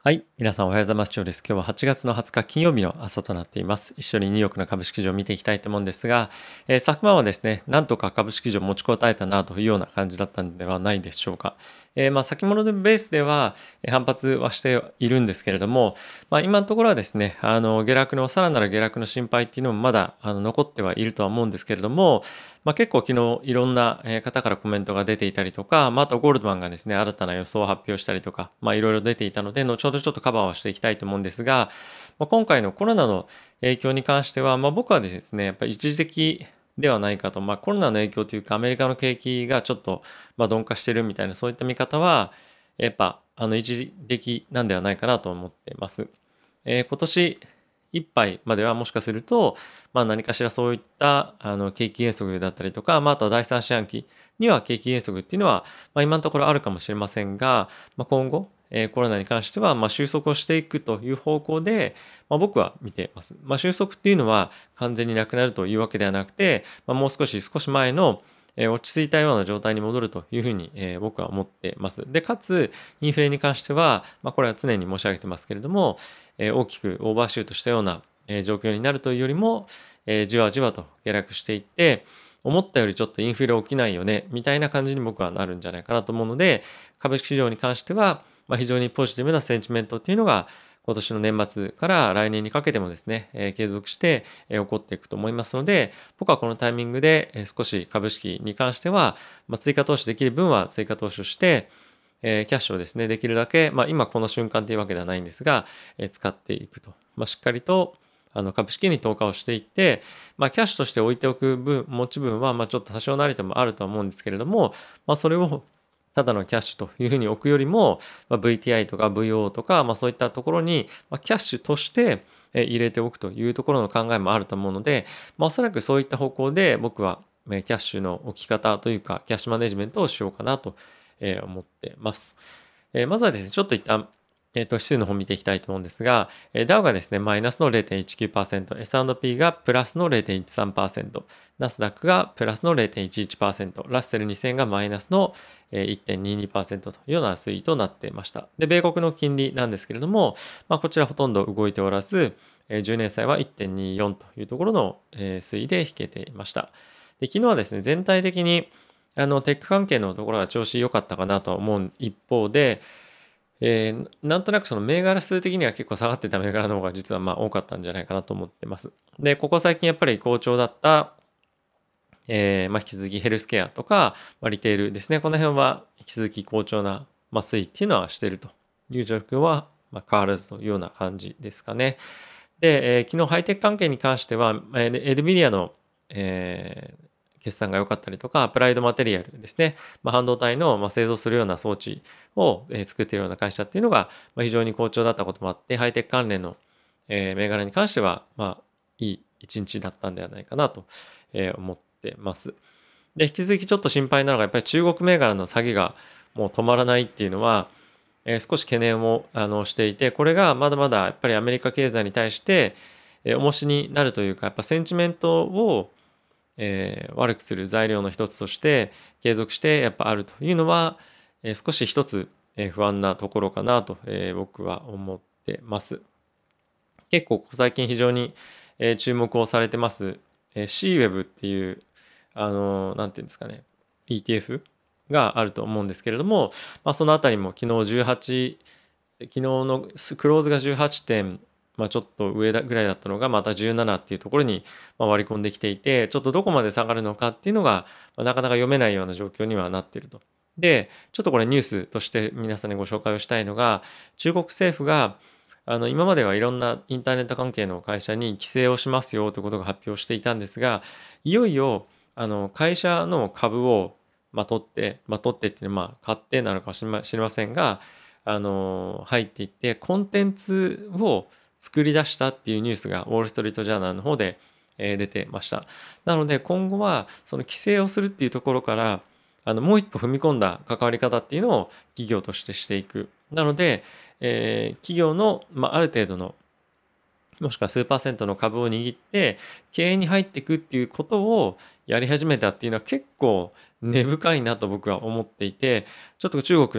はい。皆さんおはようございます。今日は8月の20日金曜日の朝となっています。一緒にニューヨークの株式市場を見ていきたいと思うんですが、昨晩はですね、なんとか株式市場持ちこたえたなというような感じだったのではないでしょうか。先物のベースでは反発はしているんですけれども、今のところはですね、さらなる下落の心配っていうのもまだ残ってはいるとは思うんですけれども、結構昨日いろんな方からコメントが出ていたりとか、あとゴールドマンがですね、新たな予想を発表したりとか、いろいろ出ていたので、後ほどちょっとカバーをしていきたいと思うんですが、今回のコロナの影響に関しては、僕はですね、やっぱり一時的ではないかと、コロナの影響というか、アメリカの景気がちょっと、鈍化してるみたいな、そういった見方は、やっぱ、一時的なんではないかなと思っています。今年いっぱいまではもしかすると、何かしらそういった景気減速だったりとか、あとは第三四半期には景気減速っていうのは、今のところあるかもしれませんが、今後、コロナに関しては、収束をしていくという方向で、僕は見ています。収束っていうのは完全になくなるというわけではなくて、もう少し前の落ち着いたような状態に戻るというふうに、僕は思っています。で、かつ、インフレに関しては、これは常に申し上げてますけれども、大きくオーバーシュートしたような、状況になるというよりも、じわじわと下落していって、思ったよりちょっとインフレ起きないよね、みたいな感じに僕はなるんじゃないかなと思うので、株式市場に関しては、非常にポジティブなセンチメントっていうのが、今年の年末から来年にかけてもですね、継続して、起こっていくと思いますので、僕はこのタイミングで、少し株式に関しては、追加投資できる分は追加投資をして、キャッシュをですね、できるだけ、今この瞬間というわけではないんですが、使っていくと。しっかりと株式に投下をしていって、キャッシュとして置いておく持ち分は、ちょっと多少なりともあるとは思うんですけれども、それをただのキャッシュというふうに置くよりも、VTI とか VO とか、そういったところに、キャッシュとして入れておくというところの考えもあると思うので、おそらくそういった方向で僕はキャッシュの置き方というか、キャッシュマネジメントをしようかなと思ってます。まずはですね、ちょっと一旦、指数の方見ていきたいと思うんですが、ダウがですね、マイナスの0.19%、S&P がプラスの0.13%、ナスダックがプラスの0.11%、ラッセル2000がマイナスの1.22%というような推移となっていました。で、米国の金利なんですけれども、こちらほとんど動いておらず、10年債は1.24というところの推移で引けていました。で、昨日はですね、全体的にテック関係のところが調子良かったかなと思う一方で、なんとなくその銘柄数的には結構下がってた銘柄の方が実は多かったんじゃないかなと思ってます。で、ここ最近やっぱり好調だった、引き続きヘルスケアとか、リテールですね。この辺は引き続き好調な、推移っていうのはしているという状況は、変わらずというような感じですかね。で、昨日ハイテク関係に関しては、NVIDIA の、決算が良かったりとか、アプライドマテリアルですね。半導体の、製造するような装置を、作っているような会社っていうのが、非常に好調だったこともあって、ハイテク関連の、銘柄に関しては、いい一日だったんではないかなと、思ってます。で、引き続きちょっと心配なのが、やっぱり中国銘柄の下げがもう止まらないっていうのは、少し懸念をしていて、これがまだまだやっぱりアメリカ経済に対して、重しになるというか、やっぱセンチメントを、悪くする材料の一つとして継続してやっぱあるというのは、少し一つ、不安なところかなと、僕は思ってます。結構ここ最近非常に、注目をされてます、CWEB っていうなんていうんですかね、ETF があると思うんですけれども、そのあたりも昨日18、昨日のクローズが18点、ちょっと上だぐらいだったのがまた17っていうところに割り込んできていて、ちょっとどこまで下がるのかっていうのがなかなか読めないような状況にはなっていると。で、ちょっとこれニュースとして皆さんにご紹介をしたいのが、中国政府が今まではいろんなインターネット関係の会社に規制をしますよということが発表していたんですが、いよいよ会社の株を取ってっていうのは買ってなのかもしれませんが、入っていってコンテンツを作り出したっていうニュースがウォール・ストリート・ジャーナルの方で出てました。なので今後はその規制をするっていうところからもう一歩踏み込んだ関わり方っていうのを企業としてしていく。なので、企業の、ある程度のもしくは数パーセントの株を握って経営に入っていくっていうことをやり始めたっていうのは結構根深いなと僕は思っていて、ちょっと中国の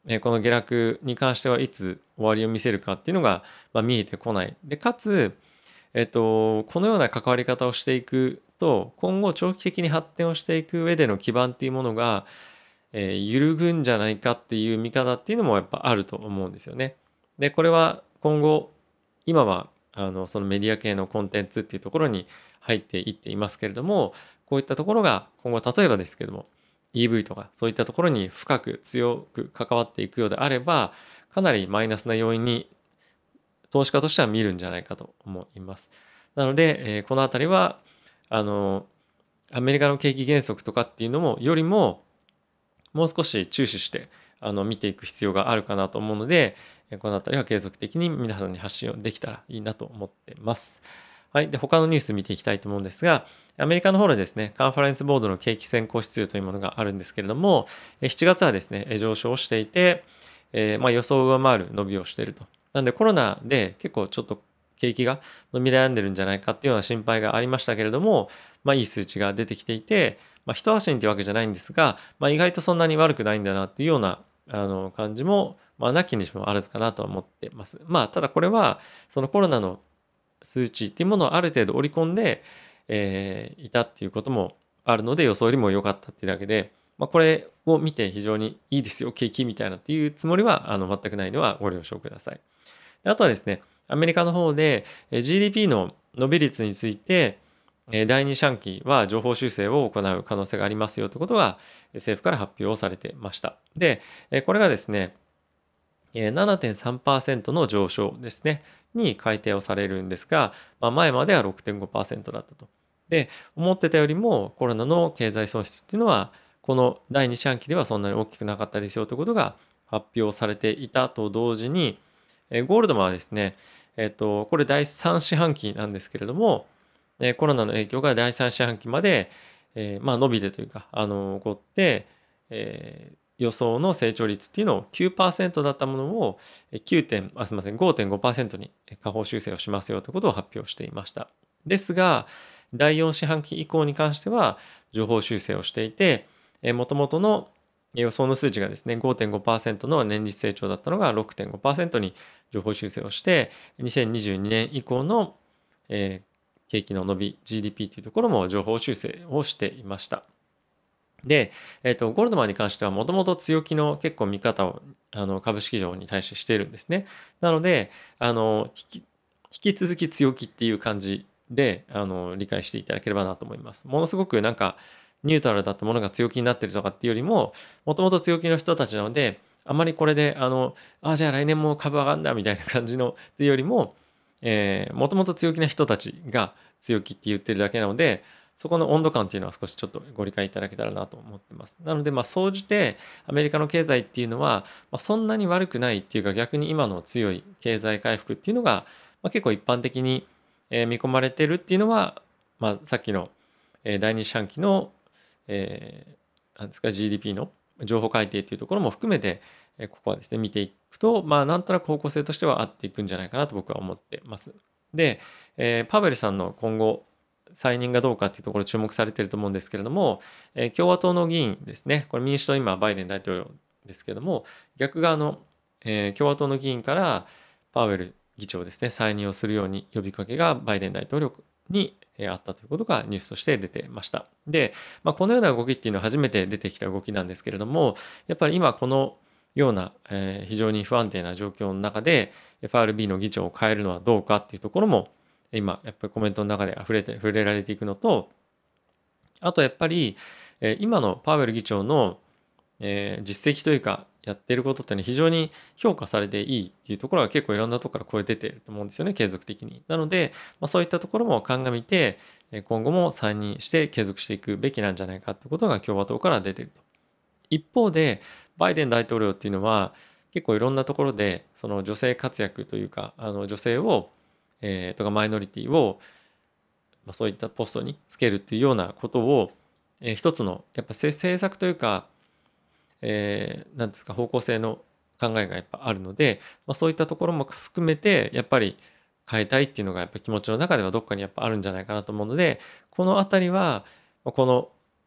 この下落に関してはいつ終わりを見せるかっていうのが、見えてこない。で、かつ、このような関わり方をしていくと、今後長期的に発展をしていく上での基盤っていうものが、揺るぐんじゃないかっていう見方っていうのもやっぱあると思うんですよね。で、これは今後、今はそのメディア系のコンテンツっていうところに入っていっていますけれども、こういったところが今後例えばですけども、EV とかそういったところに深く強く関わっていくようであれば、かなりマイナスな要因に投資家としては見るんじゃないかと思います。なので、このあたりは、あの、アメリカの景気減速とかっていうのも、よりも、もう少し注視して、見ていく必要があるかなと思うので、このあたりは継続的に皆さんに発信をできたらいいなと思ってます。はい。で、他のニュース見ていきたいと思うんですが、アメリカの方でですね、カンファレンスボードの景気先行指数というものがあるんですけれども、7月はですね、上昇していて、予想を上回る伸びをしていると。なんでコロナで結構ちょっと景気が伸び悩んでるんじゃないかっていうような心配がありましたけれども、いい数値が出てきていて、一安心っていうわけじゃないんですが、意外とそんなに悪くないんだなっていうような感じも、なきにしもあらずかなとは思ってます。ただこれはそのコロナの数値っていうものをある程度織り込んで、いたっていうこともあるので予想よりも良かったっていうだけで、これを見て非常にいいですよ景気みたいなっていうつもりは全くないのはご了承ください。であとはですね、アメリカの方で GDP の伸び率について第2四半期は情報修正を行う可能性がありますよということが政府から発表されてました。で、これがですね、7.3% の上昇ですね、に改定をされるんですが、前までは 6.5% だったと。で、思ってたよりもコロナの経済損失っていうのは、この第2四半期ではそんなに大きくなかったですよということが発表されていたと同時に、ゴールドマンはですね、これ第3四半期なんですけれども、コロナの影響が第3四半期まで、伸びてというか、起こって、予想の成長率っていうのを9%だったものをすみません、5.5% に下方修正をしますよということを発表していました。ですが、第4四半期以降に関しては上方修正をしていて、もともとの予想の数値がですね、5.5% の年率成長だったのが6.5% に上方修正をして、2022年以降の、景気の伸び、GDP というところも上方修正をしていました。で、ゴールドマンに関してはもともと強気の結構見方を株式市場に対してしているんですね。なので、引き続き強気っていう感じで理解していただければなと思います。ものすごくなんかニュートラルだったものが強気になってるとかっていうよりも、もともと強気の人たちなので、あまりこれでじゃあ来年も株上がるんだみたいな感じのっていうよりも、もともと強気な人たちが強気って言ってるだけなので、そこの温度感っていうのは少しちょっとご理解いただけたらなと思ってます。なので、総じてアメリカの経済っていうのは、そんなに悪くないっていうか、逆に今の強い経済回復っていうのが、結構一般的に見込まれてるっていうのは、さっきの第二四半期の、なんですか、GDP の情報改定っていうところも含めて、ここはですね、見ていくと、なんとなく方向性としては合っていくんじゃないかなと僕は思ってます。で、パウエルさんの今後、再任がどうかっていうところ注目されていると思うんですけれども、共和党の議員ですね、これ民主党今バイデン大統領ですけれども、逆側の、共和党の議員からパウエル議長ですね、再任をするように呼びかけがバイデン大統領にあったということがニュースとして出てました。で、このような動きっていうのは初めて出てきた動きなんですけれども、やっぱり今このような、非常に不安定な状況の中で FRB の議長を変えるのはどうかっていうところも今やっぱりコメントの中で触れられていくのと、あとやっぱり今のパウエル議長の実績というかやっていることってね非常に評価されていいっていうところが結構いろんなところから声出てると思うんですよね、継続的に。なので、そういったところも鑑みて今後も再任して継続していくべきなんじゃないかってことが共和党から出てると。一方でバイデン大統領っていうのは結構いろんなところでその女性活躍というか女性を、とかマイノリティを、そういったポストにつけるっていうようなことを、一つのやっぱ政策というか、なんですか方向性の考えがやっぱあるので、そういったところも含めてやっぱり変えたいっていうのがやっぱ気持ちの中ではどっかにやっぱあるんじゃないかなと思うので、このあたりはこの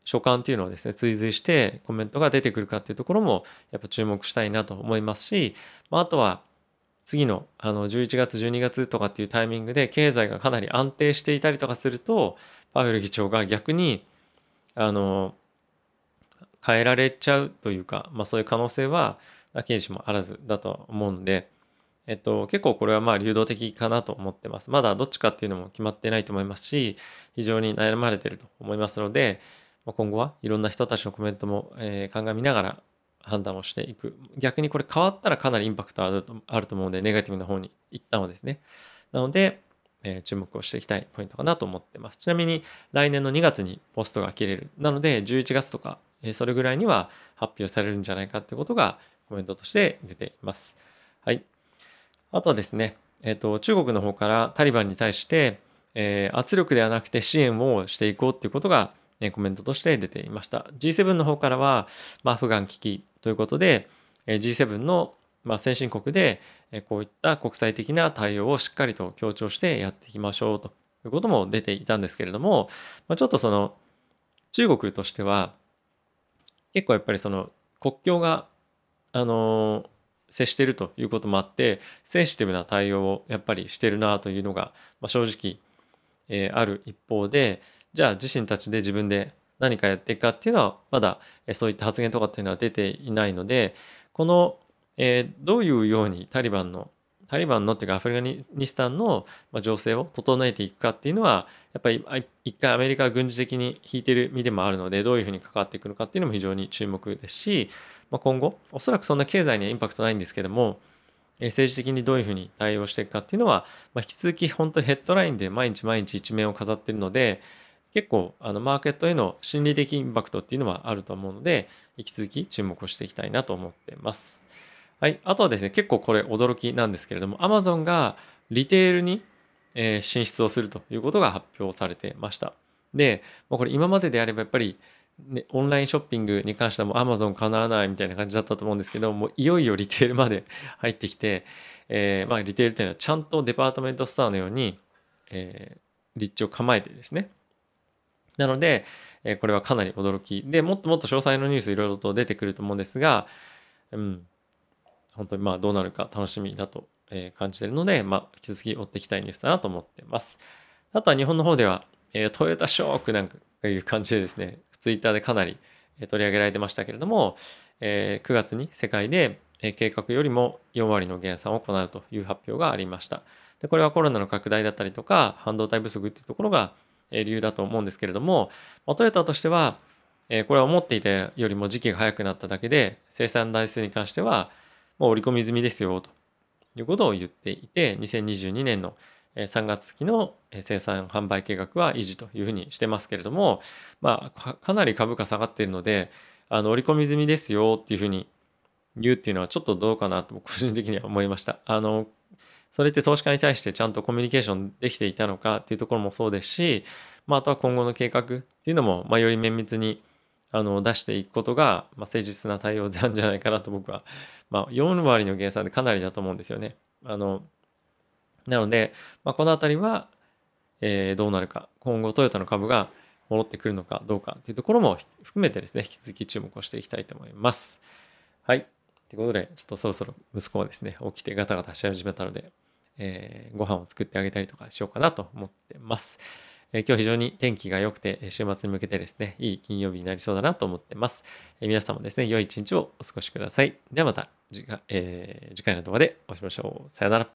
所感っていうのをですね、追随してコメントが出てくるかっていうところもやっぱ注目したいなと思いますし、あとは次の11月、12月とかっていうタイミングで経済がかなり安定していたりとかすると、パウエル議長が逆にあの変えられちゃうというか、そういう可能性はなきにしもあらずだとは思うので、結構これは流動的かなと思ってます。まだどっちかっていうのも決まってないと思いますし、非常に悩まれてると思いますので、今後はいろんな人たちのコメントも、鑑みながら判断をしていく。逆にこれ変わったらかなりインパクトあると思うので、ネガティブな方に一旦はですね。なので、注目をしていきたいポイントかなと思ってます。ちなみに来年の2月にポストが切れる。なので11月とか、それぐらいには発表されるんじゃないかってことがコメントとして出ています。はい。あとはですね、中国の方からタリバンに対して、圧力ではなくて支援をしていこうっていうことが、コメントとして出ていました。G7 の方からは、アフガン危機ということで、G7 の、先進国で、こういった国際的な対応をしっかりと強調してやっていきましょうということも出ていたんですけれども、ちょっとその中国としては結構やっぱりその国境があの接しているということもあってセンシティブな対応をやっぱりしてるなというのが、正直、ある一方で、じゃあ自身たちで自分で何かやっていくかっていうのはまだ、そういった発言とかっていうのは出ていないので、この、どういうようにタリバンのっていうかアフガニスタンの情勢を整えていくかっていうのはやっぱり一回アメリカが軍事的に引いてる身でもあるので、どういうふうに関わっていくのかっていうのも非常に注目ですし、今後おそらくそんな経済にはインパクトないんですけども、政治的にどういうふうに対応していくかっていうのは、引き続き本当にヘッドラインで毎日毎日一面を飾っているので、結構マーケットへの心理的インパクトっていうのはあると思うので、引き続き注目をしていきたいなと思っています。はい。あとはですね、結構これ驚きなんですけれども、Amazon がリテールに進出をするということが発表されてました。で、これ今までであればやっぱり、ね、オンラインショッピングに関してはもう Amazon かなわないみたいな感じだったと思うんですけど、もういよいよリテールまで入ってきて、リテールっていうのはちゃんとデパートメントストアのように、立地を構えてですね。なので、これはかなり驚き。で、もっともっと詳細のニュースいろいろと出てくると思うんですが、うん、本当にどうなるか楽しみだと感じているので、引き続き追っていきたいニュースだなと思っています。あとは日本の方では、トヨタショックなんかいう感じでですね、ツイッターでかなり取り上げられてましたけれども、9月に世界で計画よりも4割の減産を行うという発表がありました。で、これはコロナの拡大だったりとか、半導体不足というところが理由だと思うんですけれども、トヨタとしては、これは思っていたよりも時期が早くなっただけで、生産台数に関しては、もう織り込み済みですよということを言っていて、2022年の3月期の生産販売計画は維持というふうにしてますけれども、かなり株価下がっているので、織り込み済みですよっていうふうに言うっていうのはちょっとどうかなと個人的には思いました。それって投資家に対してちゃんとコミュニケーションできていたのかっていうところもそうですし、あとは今後の計画っていうのも、より綿密に出していくことが、誠実な対応なんじゃないかなと僕は、4割の減産でかなりだと思うんですよね。なので、このあたりは、どうなるか、今後トヨタの株が戻ってくるのかどうかというところも含めてですね、引き続き注目をしていきたいと思います。はい。ということで、ちょっとそろそろ息子はですね、起きてガタガタし始めたので、ご飯を作ってあげたりとかしようかなと思ってます。今日非常に天気が良くて、週末に向けてですね、いい金曜日になりそうだなと思ってます。皆さんもですね、良い一日をお過ごしください。ではまた次回の動画でお会いしましょう。さよなら。